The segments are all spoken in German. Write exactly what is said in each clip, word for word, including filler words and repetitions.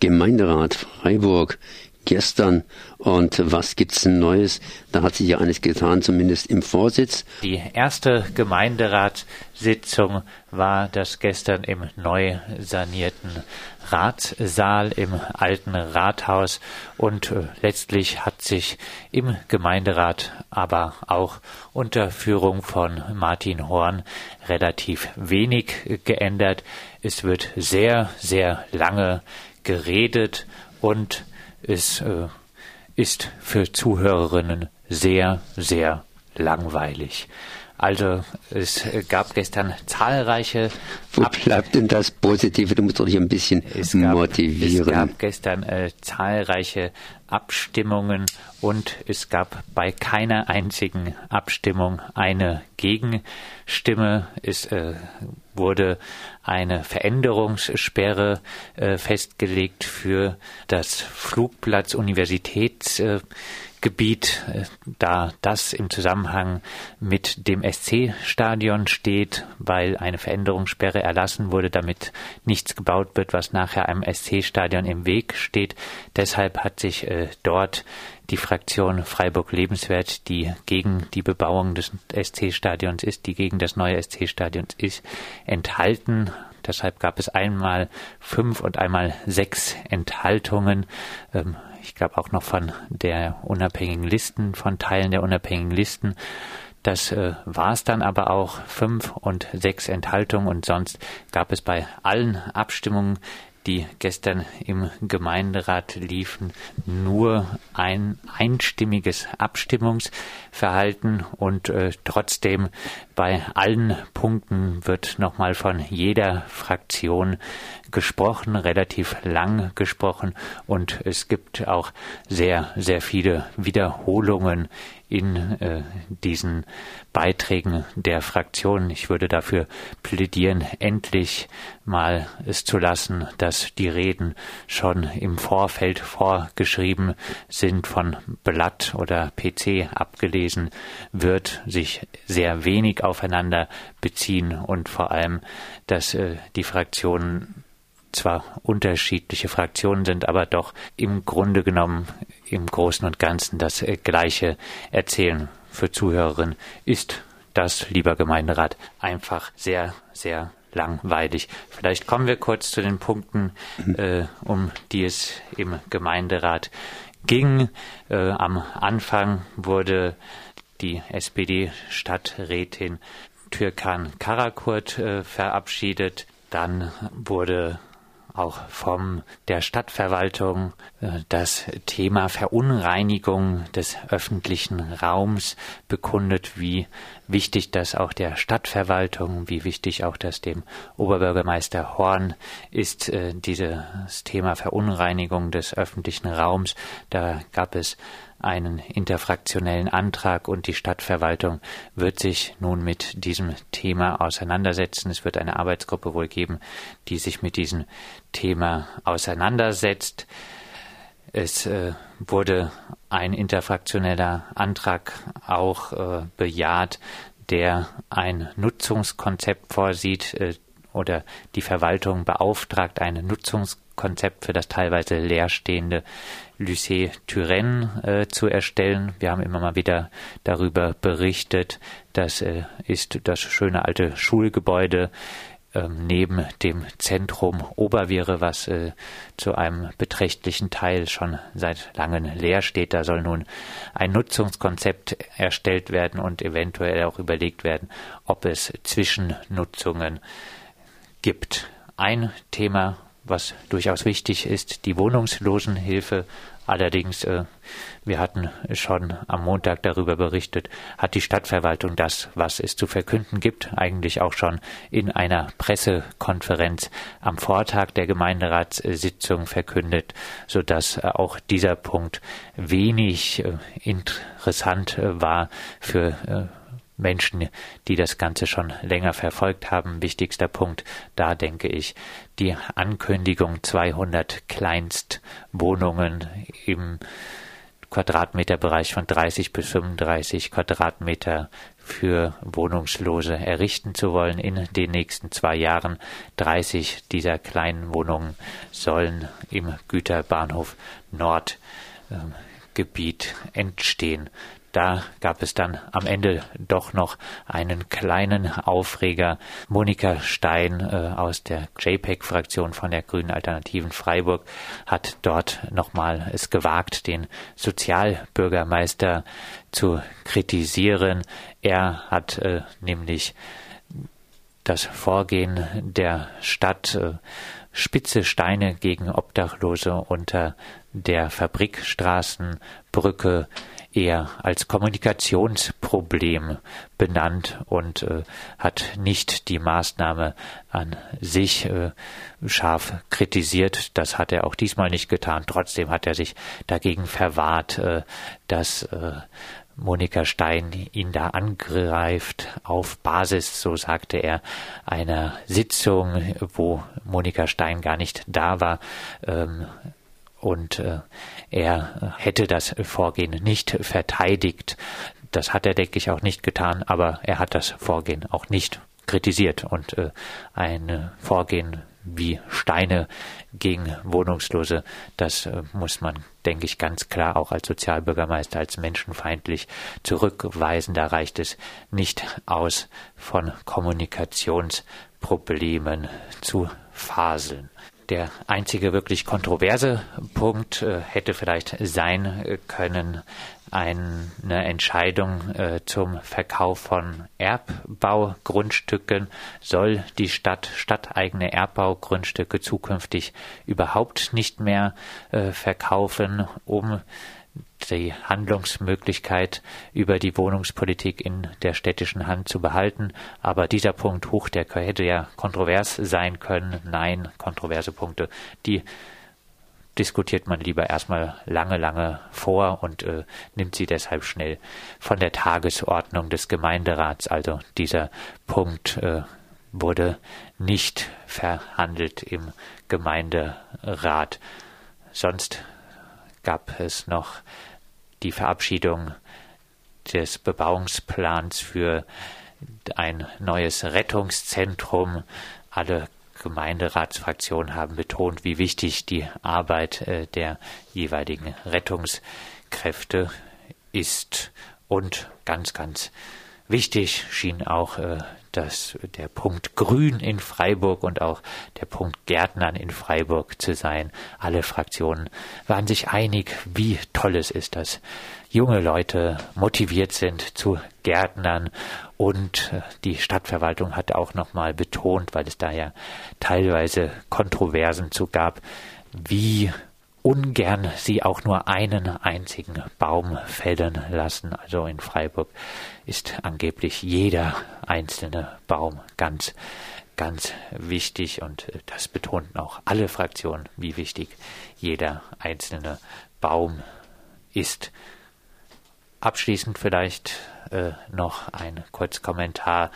Gemeinderat Freiburg gestern. Und was gibt's Neues? Da hat sich ja eines getan, zumindest im Vorsitz. Die erste Gemeinderatssitzung war das gestern im neu sanierten Ratssaal im alten Rathaus. Und äh, letztlich hat sich im Gemeinderat, aber auch unter Führung von Martin Horn, relativ wenig äh, geändert. Es wird sehr, sehr lange geredet und es äh, ist für Zuhörerinnen sehr, sehr langweilig. Also es gab gestern zahlreiche... Wo bleibt denn das Positive? Du musst doch dich ein bisschen es gab, motivieren. Es gab gestern äh, zahlreiche Abstimmungen und es gab bei keiner einzigen Abstimmung eine Gegenstimme. Es äh, wurde eine Veränderungssperre äh, festgelegt für das Flugplatz Universitätsgebiet, äh, da das im Zusammenhang mit dem S C-Stadion steht, weil eine Veränderungssperre erlassen wurde, damit nichts gebaut wird, was nachher einem S C-Stadion im Weg steht. Deshalb hat sich äh, dort die Fraktion Freiburg Lebenswert, die gegen die Bebauung des S C-Stadions ist, die gegen das neue S C-Stadions ist, enthalten. Deshalb gab es einmal fünf und einmal sechs Enthaltungen. Ähm, ich glaube auch noch von der unabhängigen Listen, von Teilen der unabhängigen Listen. Das äh, war es dann aber auch, fünf und sechs Enthaltungen, und sonst gab es bei allen Abstimmungen, die gestern im Gemeinderat liefen, nur ein einstimmiges Abstimmungsverhalten, und äh, trotzdem bei allen Punkten wird nochmal von jeder Fraktion gesprochen, relativ lang gesprochen, und es gibt auch sehr, sehr viele Wiederholungen in äh, diesen Beiträgen der Fraktionen. Ich würde dafür plädieren, endlich mal es zu lassen, dass die Reden schon im Vorfeld vorgeschrieben sind, von Blatt oder P C abgelesen wird, sich sehr wenig aufeinander beziehen und vor allem, dass äh, die Fraktionen zwar unterschiedliche Fraktionen sind, aber doch im Grunde genommen im Großen und Ganzen das äh, Gleiche erzählen. Für Zuhörerinnen ist das, lieber Gemeinderat, einfach sehr, sehr langweilig. Vielleicht kommen wir kurz zu den Punkten, äh, um die es im Gemeinderat ging. Äh, am Anfang wurde die S P D-Stadträtin Türkan Karakurt äh, verabschiedet. Dann wurde auch von der Stadtverwaltung äh, das Thema Verunreinigung des öffentlichen Raums bekundet, wie wichtig das auch der Stadtverwaltung, wie wichtig auch das dem Oberbürgermeister Horn ist, äh, dieses Thema Verunreinigung des öffentlichen Raums. Da gab es einen interfraktionellen Antrag, und die Stadtverwaltung wird sich nun mit diesem Thema auseinandersetzen. Es wird eine Arbeitsgruppe wohl geben, die sich mit diesem Thema auseinandersetzt. Es äh, wurde ein interfraktioneller Antrag auch äh, bejaht, der ein Nutzungskonzept vorsieht, äh, oder die Verwaltung beauftragt, ein Nutzungskonzept für das teilweise leerstehende Lycée Turenne äh, zu erstellen. Wir haben immer mal wieder darüber berichtet. Das äh, ist das schöne alte Schulgebäude ähm, neben dem Zentrum Oberviere, was äh, zu einem beträchtlichen Teil schon seit langem leer steht. Da soll nun ein Nutzungskonzept erstellt werden und eventuell auch überlegt werden, ob es Zwischennutzungen gibt. Ein Thema, was durchaus wichtig ist, die Wohnungslosenhilfe. Allerdings, äh, wir hatten schon am Montag darüber berichtet, hat die Stadtverwaltung das, was es zu verkünden gibt, eigentlich auch schon in einer Pressekonferenz am Vortag der Gemeinderatssitzung verkündet, sodass äh, auch dieser Punkt wenig äh, interessant äh, war für äh, Menschen, die das Ganze schon länger verfolgt haben. Wichtigster Punkt, da denke ich, die Ankündigung zweihundert Kleinstwohnungen im Quadratmeterbereich von dreißig bis fünfunddreißig Quadratmeter für Wohnungslose errichten zu wollen in den nächsten zwei Jahren. dreißig dieser kleinen Wohnungen sollen im Güterbahnhof Nordgebiet äh, entstehen. Da gab es dann am Ende doch noch einen kleinen Aufreger. Monika Stein äh, aus der J P E G-Fraktion von der Grünen Alternativen Freiburg hat dort nochmal es gewagt, den Sozialbürgermeister zu kritisieren. Er hat äh, nämlich das Vorgehen der Stadt, äh, spitze Steine gegen Obdachlose unter der Fabrikstraßenbrücke, eher als Kommunikationsproblem benannt und äh, hat nicht die Maßnahme an sich äh, scharf kritisiert. Das hat er auch diesmal nicht getan. Trotzdem hat er sich dagegen verwahrt, äh, dass äh, Monika Stein ihn da angreift auf Basis, so sagte er, einer Sitzung, wo Monika Stein gar nicht da war. Ähm, Und äh, er hätte das Vorgehen nicht verteidigt. Das hat er, denke ich, auch nicht getan, aber er hat das Vorgehen auch nicht kritisiert. Und äh, ein Vorgehen wie Steine gegen Wohnungslose, das äh, muss man, denke ich, ganz klar auch als Sozialbürgermeister als menschenfeindlich zurückweisen. Da reicht es nicht aus, von Kommunikationsproblemen zu faseln. Der einzige wirklich kontroverse Punkt äh, hätte vielleicht sein können, eine Entscheidung äh, zum Verkauf von Erbbaugrundstücken. Soll die Stadt stadteigene Erbbaugrundstücke zukünftig überhaupt nicht mehr äh, verkaufen, um die Handlungsmöglichkeit über die Wohnungspolitik in der städtischen Hand zu behalten. Aber dieser Punkt, huch, der hätte ja kontrovers sein können. Nein, kontroverse Punkte, die diskutiert man lieber erstmal lange, lange vor und äh, nimmt sie deshalb schnell von der Tagesordnung des Gemeinderats. Also dieser Punkt äh, wurde nicht verhandelt im Gemeinderat. Sonst gab es noch die Verabschiedung des Bebauungsplans für ein neues Rettungszentrum. Alle Gemeinderatsfraktionen haben betont, wie wichtig die Arbeit äh, der jeweiligen Rettungskräfte ist. Und ganz, ganz wichtig schien auch äh, dass der Punkt Grün in Freiburg und auch der Punkt Gärtnern in Freiburg zu sein. Alle Fraktionen waren sich einig, wie toll es ist, dass junge Leute motiviert sind zu Gärtnern, und die Stadtverwaltung hat auch nochmal betont, weil es da ja teilweise Kontroversen zu gab, wie ungern sie auch nur einen einzigen Baum fällen lassen. Also in Freiburg ist angeblich jeder einzelne Baum ganz, ganz wichtig, und das betonten auch alle Fraktionen, wie wichtig jeder einzelne Baum ist. Abschließend vielleicht äh, noch ein Kurzkommentar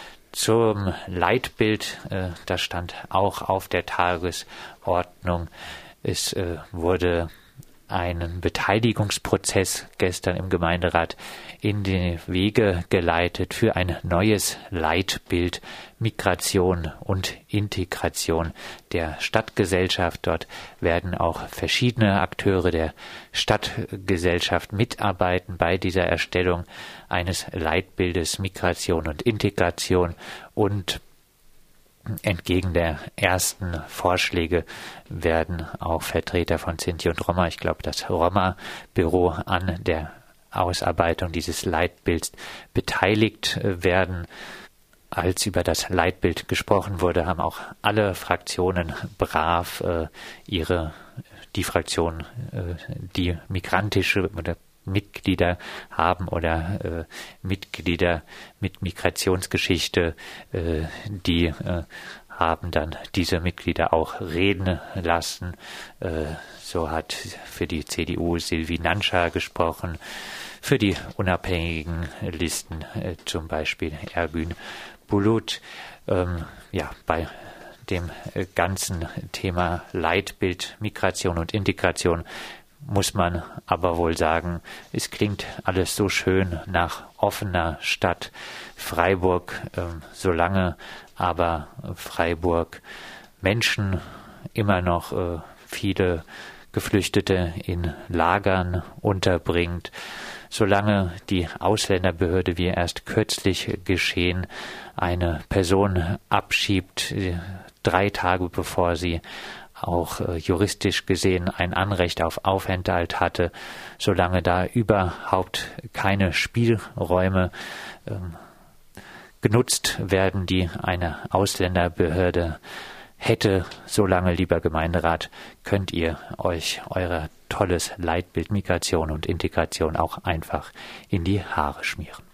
zum Leitbild. Äh, das stand auch auf der Tagesordnung. Es äh, wurde einen Beteiligungsprozess gestern im Gemeinderat in die Wege geleitet für ein neues Leitbild Migration und Integration der Stadtgesellschaft. Dort werden auch verschiedene Akteure der Stadtgesellschaft mitarbeiten bei dieser Erstellung eines Leitbildes Migration und Integration, und entgegen der ersten Vorschläge werden auch Vertreter von Sinti und Roma, ich glaube das Roma-Büro, an der Ausarbeitung dieses Leitbilds beteiligt werden. Als über das Leitbild gesprochen wurde, haben auch alle Fraktionen brav äh, ihre, die Fraktion, äh, die migrantische oder Mitglieder haben oder äh, Mitglieder mit Migrationsgeschichte, äh, die äh, haben dann diese Mitglieder auch reden lassen. Äh, so hat für die C D U Sylvie Nanscha gesprochen, für die unabhängigen Listen äh, zum Beispiel Ergün Bulut. Ähm, ja, bei dem äh, ganzen Thema Leitbild Migration und Integration muss man aber wohl sagen, es klingt alles so schön nach offener Stadt Freiburg, äh, solange aber Freiburg Menschen immer noch äh, viele Geflüchtete in Lagern unterbringt, solange die Ausländerbehörde, wie erst kürzlich geschehen, eine Person abschiebt, drei Tage bevor sie auch äh, juristisch gesehen ein Anrecht auf Aufenthalt hatte, solange da überhaupt keine Spielräume ähm, genutzt werden, die eine Ausländerbehörde hätte, solange, lieber Gemeinderat, könnt ihr euch euer tolles Leitbild Migration und Integration auch einfach in die Haare schmieren.